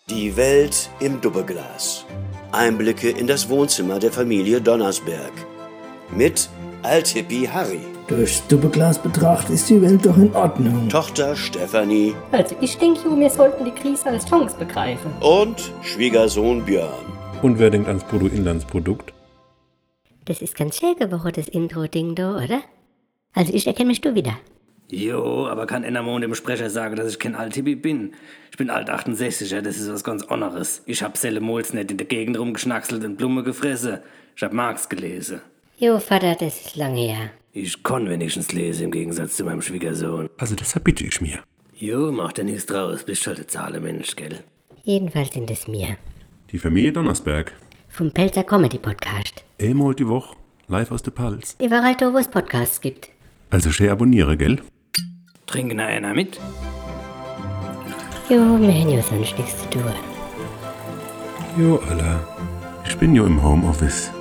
Die Welt im Doppelglas. Einblicke in das Wohnzimmer der Familie Donnersberg. Mit Althippie Harry. Durchs Doppelglas betrachtet ist die Welt doch in Ordnung. Tochter Stefanie. Also ich denke, wir sollten die Krise als Chance begreifen. Und Schwiegersohn Björn. Und wer denkt ans Bruttoinlandsprodukt? Das ist ganz schön geworden, das Intro-Ding da, oder? Also ich erkenne mich da wieder. Jo, aber kann einer mal dem Sprecher sagen, dass ich kein Althippie bin? Ich bin alt 68er, das ist was ganz anderes. Ich hab Sellemols nicht in der Gegend rumgeschnackselt und Blume gefressen. Ich hab Marx gelesen. Jo, Vater, das ist lange her. Ich kann wenigstens lesen, im Gegensatz zu meinem Schwiegersohn. Also deshalb bitte ich mir. Jo, mach dir nichts draus, bist halt ein Zahlenmensch, gell? Jedenfalls sind es mir. Die Familie Donnersberg. Vom Pelzer Comedy Podcast. Einmal die Woche, live aus der Pals. Überall da, wo es Podcasts gibt. Also schön abonniere, gell? Trinken einer mit? Jo, wir haben ja sonst nichts zu tun. Jo, Alter. Ich bin ja im Homeoffice.